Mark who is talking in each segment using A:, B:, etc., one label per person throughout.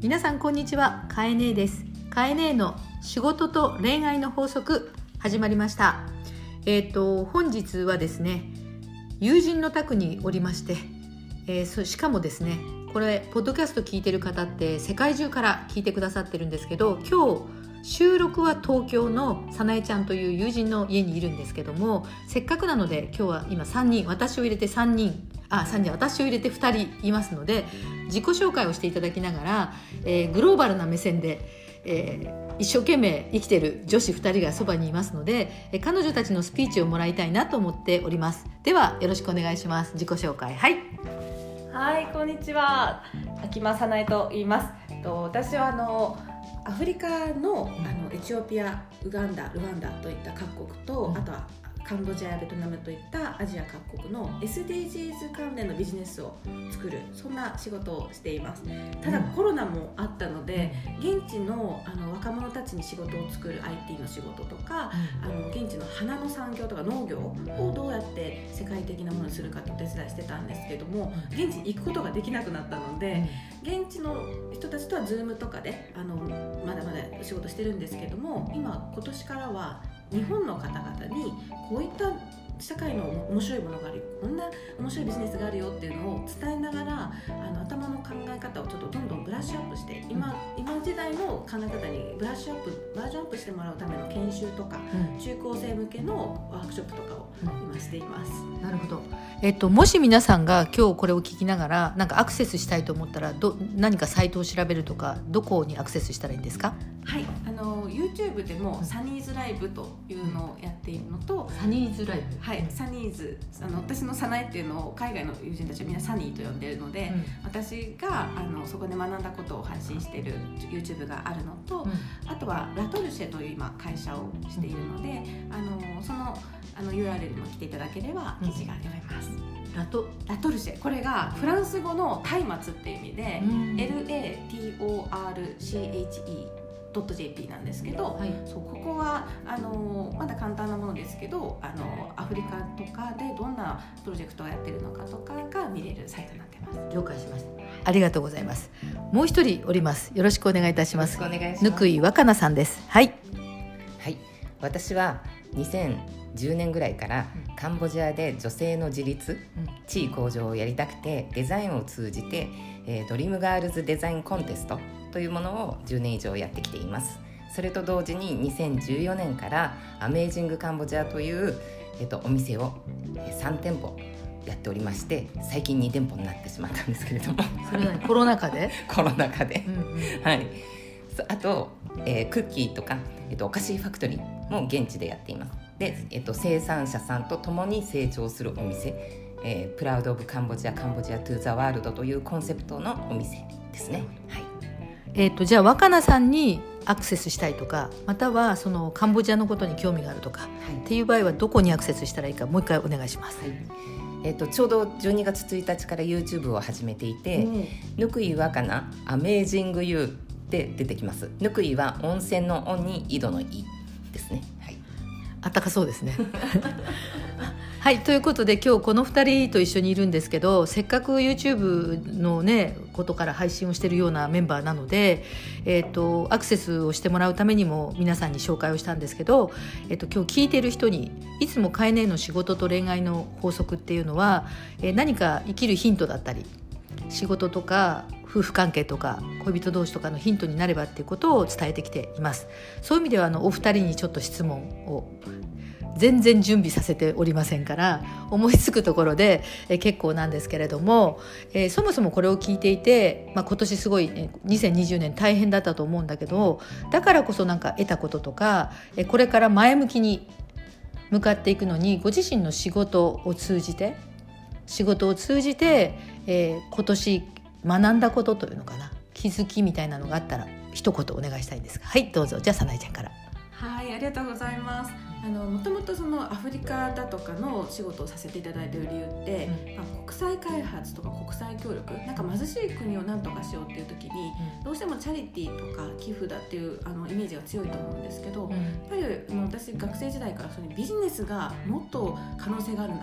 A: 皆さんこんにちは、かえねえです。かえねえの仕事と恋愛の法則始まりました。本日はですね、友人の宅におりまして、しかもですね、これポッドキャスト聞いてる方って世界中から聞いてくださってるんですけど、今日収録は東京のさなえちゃんという友人の家にいるんですけども、せっかくなので今日は今3人、私を入れて2人いますので、自己紹介をしていただきながら、グローバルな目線で、一生懸命生きている女子2人がそばにいますので、彼女たちのスピーチをもらいたいなと思っております。ではよろしくお願いします。自己紹介。はい、
B: こんにちは、秋間さなえと言います。私はアフリカの、エチオピア、ウガンダ、ルワンダといった各国と、あとはカンボジアやベトナムといったアジア各国の SDGs 関連のビジネスを作る、そんな仕事をしています。ただコロナもあったので、現地の、若者たちに仕事を作る IT の仕事とか、現地の花の産業とか農業をどうやって世界的なものにするかってお手伝いしてたんですけども、現地に行くことができなくなったので、現地の人たちとは Zoom とかでまだまだ仕事してるんですけども、今年からは日本の方々にこういった社会の面白いものがあるよ、こんな面白いビジネスがあるよっていうのを伝えながら、頭の考え方をちょっとどんどんブラッシュアップして、今時代の考え方にバージョンアップしてもらうための研修とか、中高生向けのワークショップとかを今しています。
A: なるほど。もし皆さんが今日これを聞きながらなんかアクセスしたいと思ったら、何かサイトを調べるとか、どこにアクセスしたらいいんですか？
B: はい、YouTube でもサニーズライブというのをやっているのと、
A: サニーズライブ、
B: はい、サニーズ、私のサナエっていうのを海外の友人たちはみんなサニーと呼んでいるので、私がそこで学んだことを発信している YouTube があるのと、あとはラトルシェという今会社をしているので、そのURL も来ていただければ記事が読めます。
A: ラト
B: ルシェ、これがフランス語の松明っていう意味で、LATORCHE.jp なんですけど、そうここはまだ簡単なものですけど、アフリカとかでどんなプロジェクトをやってるのかとかが見れるサイトになってます。
A: 了解しました。ありがとうございます。もう一人おります。よろしくお願いいたします。ぬくいわかなさんです。はい、
C: 私は2010年ぐらいからカンボジアで女性の自立、地位向上をやりたくて、デザインを通じて、ドリームガールズデザインコンテストというものを10年以上やってきています。それと同時に2014年からアメージングカンボジアという、お店を3店舗やっておりまして、最近2店舗になってしまったんですけれども
A: それはコロナ禍で
C: はい、あと、クッキーとか、お菓子ファクトリーも現地でやっています。で、生産者さんと共に成長するお店、プラウドオブカンボジア、カンボジアトゥーザワールドというコンセプトのお店ですね。
A: じゃあ若菜さんにアクセスしたいとか、またはそのカンボジアのことに興味があるとか、っていう場合はどこにアクセスしたらいいか、もう一回お願いします。
C: ちょうど12月1日から YouTube を始めていて、ぬくいわかなアメージングユーで出てきます。ぬくいは温泉の温に井戸の井ですね。
A: あったかそうですねはい、ということで今日この2人と一緒にいるんですけど、せっかく YouTube のねことから配信をしているようなメンバーなので、アクセスをしてもらうためにも皆さんに紹介をしたんですけど、今日聞いている人に、いつもかえねえの仕事と恋愛の法則っていうのは、何か生きるヒントだったり、仕事とか夫婦関係とか恋人同士とかのヒントになればっていうことを伝えてきています。そういう意味ではお二人にちょっと質問を全然準備させておりませんから、思いつくところで結構なんですけれども、そもそもこれを聞いていて、今年すごい2020年大変だったと思うんだけど、だからこそなんか得たこととか、これから前向きに向かっていくのに、ご自身の仕事を通じて、今年学んだことというのかな、気づきみたいなのがあったら一言お願いしたいんですが。はい、どうぞ。じゃあさなえちゃんから。
B: はい、ありがとうございます。もともとそのアフリカだとかの仕事をさせていただいている理由って、国際開発とか国際協力、なんか貧しい国を何とかしようっていう時に、どうしてもチャリティーとか寄付だっていうイメージが強いと思うんですけど、やっぱり私学生時代からそのビジネスがもっと可能性があるな、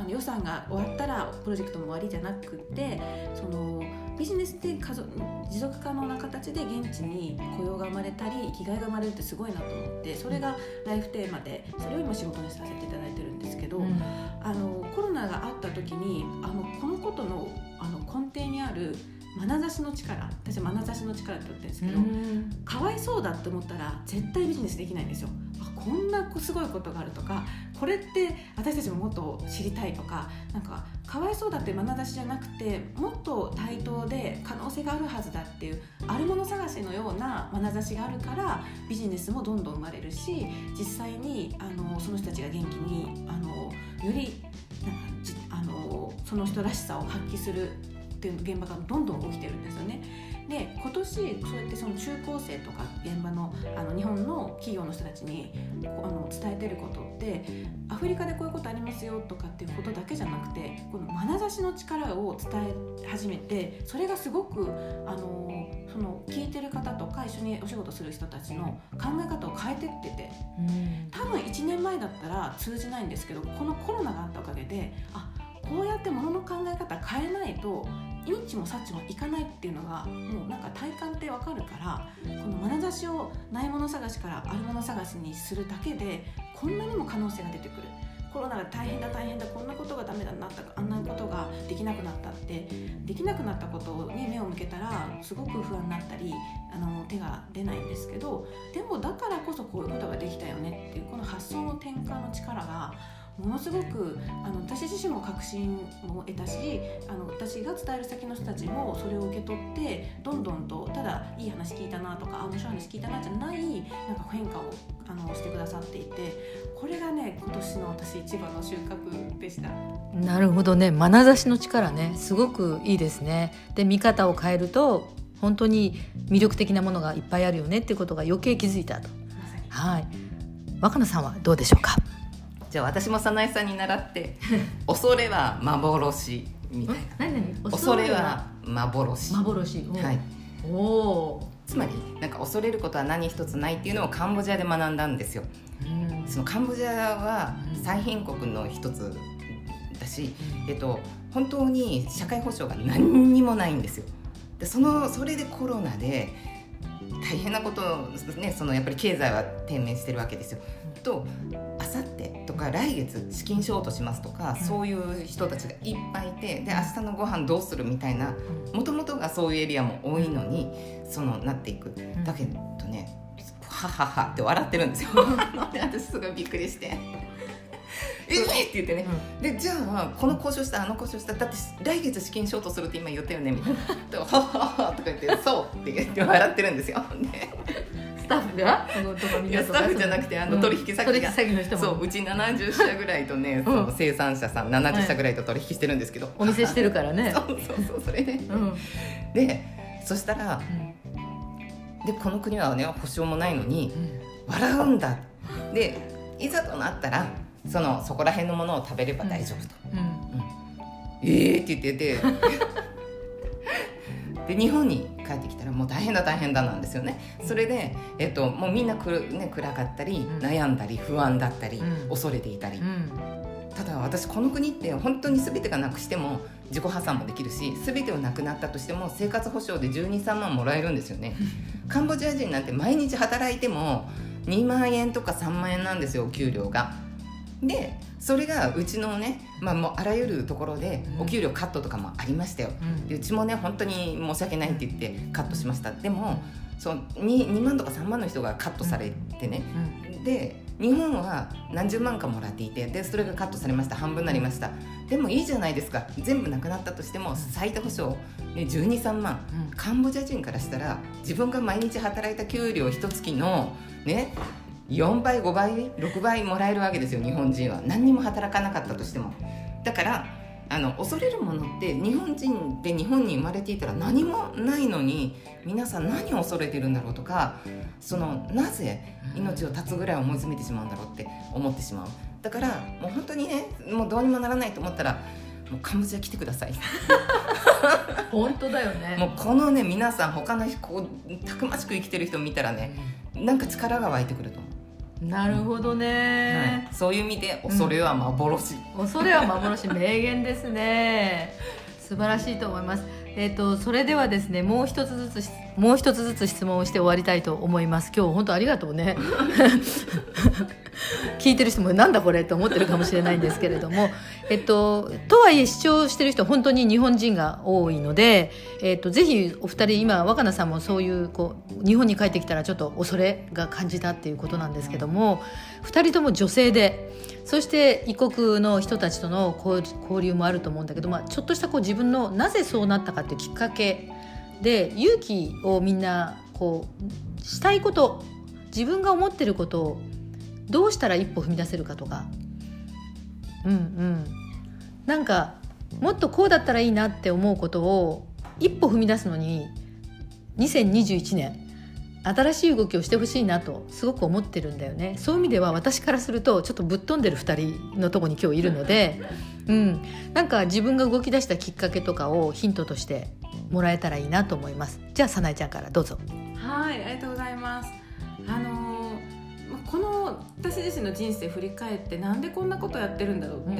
B: 予算が終わったらプロジェクトも終わりじゃなくて、そのビジネスで持続可能な形で現地に雇用が生まれたり生きがいが生まれるってすごいなと思って、それがライフテーマでそれを今仕事にさせていただいてるんですけど、コロナがあった時にこのことの根底にある眼差しの力、私は眼差しの力って言ってるんですけど、かわいそうだって思ったら絶対ビジネスできないんですよ。こんなすごいことがあるとか、これって私たちももっと知りたいとか、なんかかわいそうだっていう眼差しじゃなくて、もっと対等で可能性があるはずだっていうあるもの探しのような眼差しがあるからビジネスもどんどん生まれるし、実際にその人たちが元気によりその人らしさを発揮するっていう現場がどんどん起きてるんですよね。で今年そうやってその中高生とか現場の日本の企業の人たちに伝えてることって、アフリカでこういうことありますよとかっていうことだけじゃなくて、この眼差しの力を伝え始めて、それがすごくその聞いてる方とか一緒にお仕事する人たちの考え方を変えてってて、多分1年前だったら通じないんですけど、このコロナがあったおかげでこうやって物の考え方変えないとインチもサッチもいかないっていうのがもうなんか体感ってわかるから、この眼差しをないもの探しからあるもの探しにするだけでこんなにも可能性が出てくる。コロナが大変だこんなことがダメだなった、あんなことができなくなったって、できなくなったことに目を向けたらすごく不安になったり手が出ないんですけど、でもだからこそこういうことができたよねっていうこの発想の転換の力がものすごく私自身も確信も得たし、私が伝える先の人たちもそれを受け取ってどんどんと、ただいい話聞いたなとか面白い話聞いたなじゃないなんか変化をしてくださっていて、これがね今年の私一番の収穫でした。
A: なるほどね、眼差しの力ね、すごくいいですね。で見方を変えると本当に魅力的なものがいっぱいあるよねっていうことが余計気づいたと。はい、若菜さんはどうでしょうか。
C: じゃあ私も早苗さんに習って恐れは幻みたいな。
A: 何
C: 恐れは幻、はい、つまりなんか恐れることは何一つないっていうのをカンボジアで学んだんですよ。そのカンボジアは最貧国の一つだし、本当に社会保障が何にもないんですよ。でそれでコロナで大変なことね、やっぱり経済は低迷してるわけですよ。とあさってとか来月資金ショートしますとか、そういう人たちがいっぱいいて、で明日のご飯どうするみたいな、もともとがそういうエリアも多いのになっていく。だけどね、はははって笑ってるんですよで私すごいびっくりしてって言ってね、でじゃあこの交渉した交渉した、だって来月資金ショートするって今言ったよねみたいなはははとか言ってそうって言って笑ってるんですよ。で
A: スタッフが
C: いやスタッフじゃなくて取引先が、
A: の人も
C: そううち70社ぐらいとね、その生産者さん70社ぐらいと取引してるんですけど、
A: お店してるからね
C: そうそれで、でそしたら、でこの国はね保証もないのに笑うんだ。でいざとなったらそこら辺のものを食べれば大丈夫と、って言っててで日本に帰ってきたらもう大変だなんですよね。それで、もうみんな暗かったり、悩んだり不安だったり、恐れていたり、ただ私この国って本当に全てがなくしても自己破産もできるし、全てをなくなったとしても生活保障で12、3万もらえるんですよね。カンボジア人なんて毎日働いても2万円とか3万円なんですよ、お給料が。でそれがうちのね、もうあらゆるところでお給料カットとかもありましたよ。でうちもね本当に申し訳ないって言ってカットしました。でも2万とか3万の人がカットされてね、で日本は何十万かもらっていて、でそれがカットされました、半分になりました。でもいいじゃないですか、全部なくなったとしても最低保障、12、3万、カンボジア人からしたら自分が毎日働いた給料一月のね4倍5倍6倍もらえるわけですよ。日本人は何にも働かなかったとしても。だから恐れるものって日本人で日本に生まれていたら何もないのに皆さん何を恐れてるんだろうとか、なぜ命を絶つぐらい思い詰めてしまうんだろうって思ってしまう。だからもう本当にね、もうどうにもならないと思ったらもうカンボジア来てください
A: 本当だよね。
C: もうこのね皆さん他のこうたくましく生きてる人を見たらね、なんか力が湧いてくると思う。
A: なるほどね、
C: はい、そういう意味で恐れは幻、
A: 恐れは幻、名言ですね。素晴らしいと思います。それではですね、もう一つずつ質問をして終わりたいと思います。今日本当ありがとうね聞いてる人もなんだこれと思ってるかもしれないんですけれども、とはいえ視聴してる人本当に日本人が多いので、ぜひお二人、今若菜さんもそういう日本に帰ってきたらちょっと恐れが感じたっていうことなんですけども、二人とも女性で、そして異国の人たちとの交流もあると思うんだけど、ちょっとした自分のなぜそうなったかっていうきっかけで勇気をみんなしたいこと、自分が思ってることをどうしたら一歩踏み出せるかとか、なんかもっとこうだったらいいなって思うことを一歩踏み出すのに2021年新しい動きをしてほしいなとすごく思ってるんだよね。そういう意味では私からするとちょっとぶっ飛んでる2人のとこに今日いるので、なんか自分が動き出したきっかけとかをヒントとしてもらえたらいいなと思います。じゃあさなえちゃんからどうぞ。
B: はい、ありがとうございます。この私自身の人生振り返ってなんでこんなことやってるんだろうって、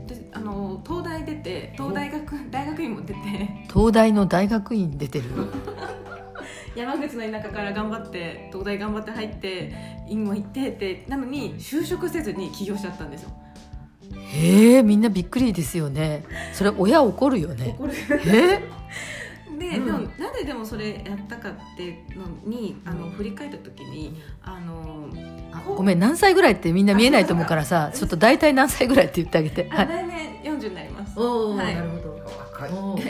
B: 東大出て大学院も出て、
A: 東大の大学院出てる
B: 山口の田舎から頑張って東大頑張って入って院も行ってってなのに就職せずに起業しちゃったんですよ。
A: みんなびっくりですよね。それ親怒るよね。
B: 怒るでもなんででもそれやったかっていうのに振り返った時に
A: ごめん、何歳ぐらいってみんな見えないと思うからさ、ちょっと大体何歳ぐらいって言ってあげて。
B: 来年40になります。
A: なるほど。
C: 若い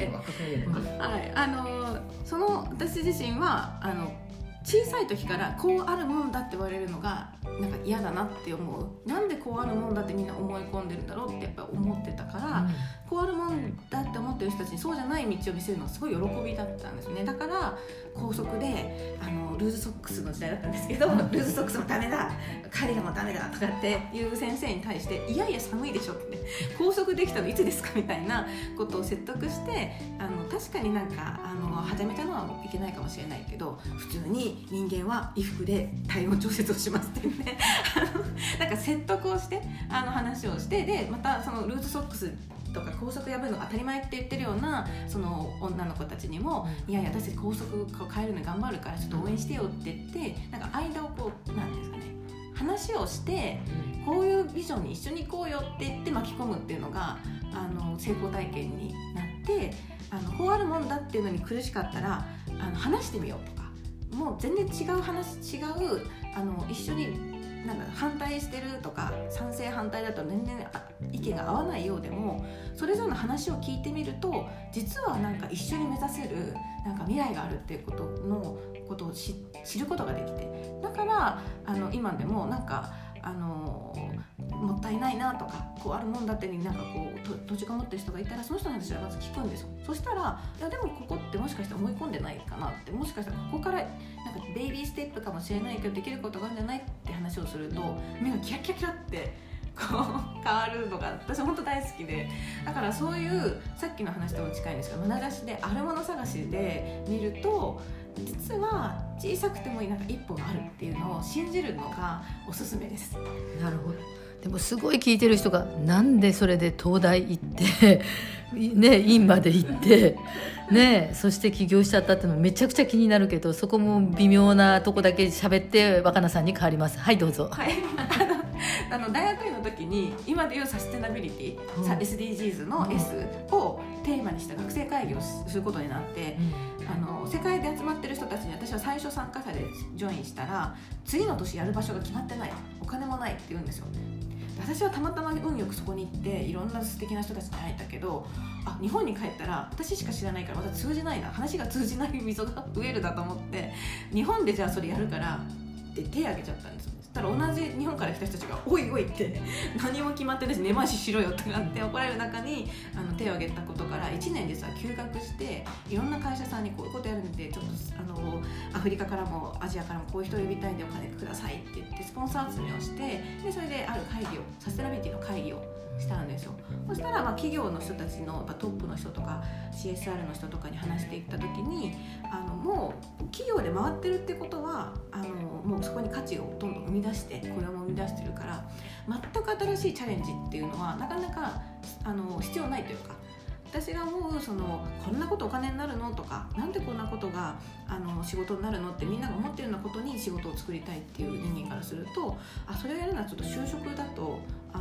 B: その私自身は小さい時からこうあるもんだって言われるのがなんか嫌だなって思う。なんでこうあるもんだってみんな思い込んでるんだろうってやっぱ思ってたから、こうあるもんだって思ってる人たちにそうじゃない道を見せるのがすごい喜びだったんですね。だから高速でルーズソックスの時代だったんですけど、ルーズソックスもダメだ、カーディガンもダメだとかっていう先生に対して、いやいや寒いでしょって、高速できたのいつですかみたいなことを説得して、確かになんか始めたのはいけないかもしれないけど、普通に人間は衣服で体温調節をしますっていうねなんか説得をして話をして、でまたそのルーズソックスとか高速破るのが当たり前って言ってるようなその女の子たちにも、いやいや私たち高速を変えるのに頑張るからちょっと応援してよって言って、なんか間をなんですかね、話をしてこういうビジョンに一緒に行こうよって言って巻き込むっていうのが成功体験になって、こうあるもんだっていうのに苦しかったら話してみようとか、もう全然違う一緒になんか反対してるとか賛成反対だと全然意見が合わないようでも、それぞれの話を聞いてみると実はなんか一緒に目指せるなんか未来があるっていうことを知ることができて、だから今でもなんかもったいないなとか、こうあるもんだってになんか閉じこもってる人がいたらその人の話はまず聞くんですよ。そしたらいやでもここってもしかしたら思い込んでないかなって、もしかしたらここからなんかベイビーステップかもしれないけどできることがあるんじゃないって話をすると、目がキラキラキラって変わるのが私は本当大好きで、だからそういうさっきの話とも近いんですけど、眼差しであるもの探しで見ると実は小さくてもなんか一歩があるっていうのを信じるのがおすすめです。
A: なるほど。でもすごい聞いてる人がなんでそれで東大行ってね、院まで行ってね、そして起業しちゃったっていうのもめちゃくちゃ気になるけど、そこも微妙なとこだけ喋って若菜さんに変わります。はいどうぞ。
B: はい大学院の時に今でいうサステナビリティ、SDGs の S をテーマにした学生会議をすることになって、世界で集まってる人たちに私は最初参加者でジョインしたら、次の年やる場所が決まってない、お金もないって言うんですよ。私はたまたま運よくそこに行っていろんな素敵な人たちに会えたけど、日本に帰ったら私しか知らないからまた通じないな、話が通じない溝が増えるだと思って、日本でじゃあそれやるからって手を挙げちゃったんですよ。そしたら同じ日本から来た人たちがおいおいって何も決まってないし根回ししろよってなって怒られる中に手を挙げたことから1年実は休学して、いろんな会社さんにこういうことやるんでちょっとアフリカからもアジアからもこういう人を呼びたいんでお金くださいって言ってスポンサー集めをして、でそれである会議をサステナビリティの会議をしたんですよ。そしたら企業の人たちのトップの人とか CSR の人とかに話していった時にもう企業で回ってるってことはもうそこに価値をどんどん生み出して雇用も生み出してるから全く新しいチャレンジっていうのはなかなか必要ないというか、私が思うこんなことお金になるのとかなんでこんなことが仕事になるのってみんなが思ってるようなことに仕事を作りたいっていう人間からするとそれをやるのはちょっと就職だと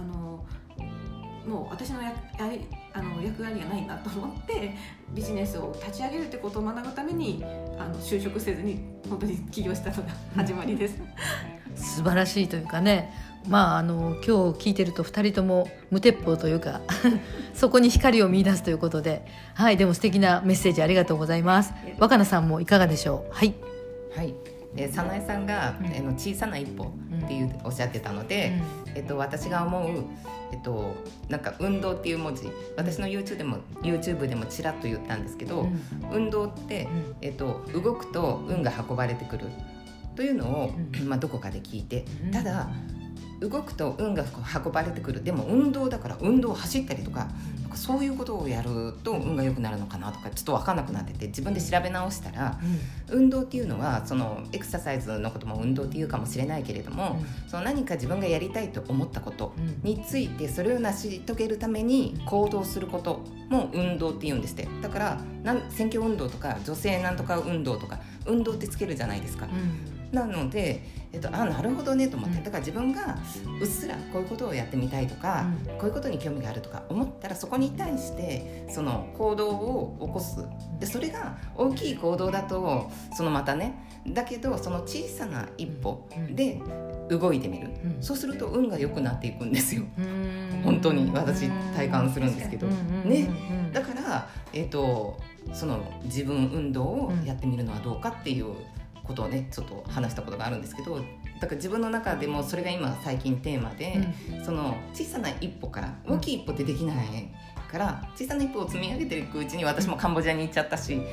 B: もう私の役割がないなと思ってビジネスを立ち上げるってことを学ぶために就職せずに本当に起業したのが始まりです。
A: 素晴らしいというかね、今日聞いてると2人とも無鉄砲というかそこに光を見出すということで、はい、でも素敵なメッセージありがとうございます。若菜さんもいかがでしょう。はい、
C: はい、早苗さんが、小さな一歩っていう、おっしゃってたので、私が思う、なんか運動っていう文字、私の YouTube でもちらっと言ったんですけど、運動って、動くと運が運ばれてくるというのを、どこかで聞いて、ただ動くと運が運ばれてくる、でも運動だから運動を走ったりとか、そういうことをやると運が良くなるのかなとかちょっと分かんなくなってて、自分で調べ直したら、運動っていうのはそのエクササイズのことも運動っていうかもしれないけれども、その何か自分がやりたいと思ったことについてそれを成し遂げるために行動することも運動っていうんですって。だから選挙運動とか女性なんとか運動とか運動ってつけるじゃないですか。なので、なるほどねと思って、だから自分がうっすらこういうことをやってみたいとか、こういうことに興味があるとか思ったら、そこに対してその行動を起こす。でそれが大きい行動だとまたね、だけどその小さな一歩で動いてみる、そうすると運が良くなっていくんですよ。本当に私体感するんですけどね。だからその自分運動をやってみるのはどうかっていうことをね、ちょっと話したことがあるんですけど、だから自分の中でもそれが今最近テーマで、その小さな一歩から大きい一歩ってできないから、小さな一歩を積み上げていくうちに私もカンボジアに行っちゃったし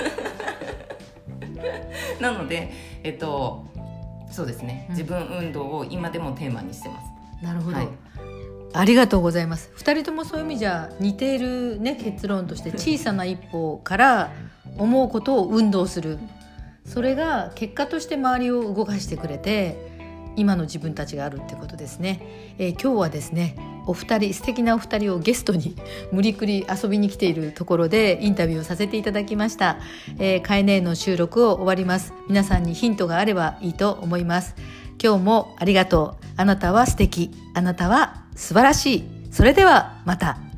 C: なのでそうですね、自分運動を今でもテーマにしてます。
A: なるほど、はい、ありがとうございます。2人ともそういう意味じゃ似ている、ね、結論として小さな一歩から思うことを運動する、それが結果として周りを動かしてくれて今の自分たちがあるってことですね。今日はですね、素敵なお二人をゲストに無理くり遊びに来ているところでインタビューをさせていただきました。カエネの収録を終わります。皆さんにヒントがあればいいと思います。今日もありがとう。あなたは素敵。あなたは素晴らしい。それではまた。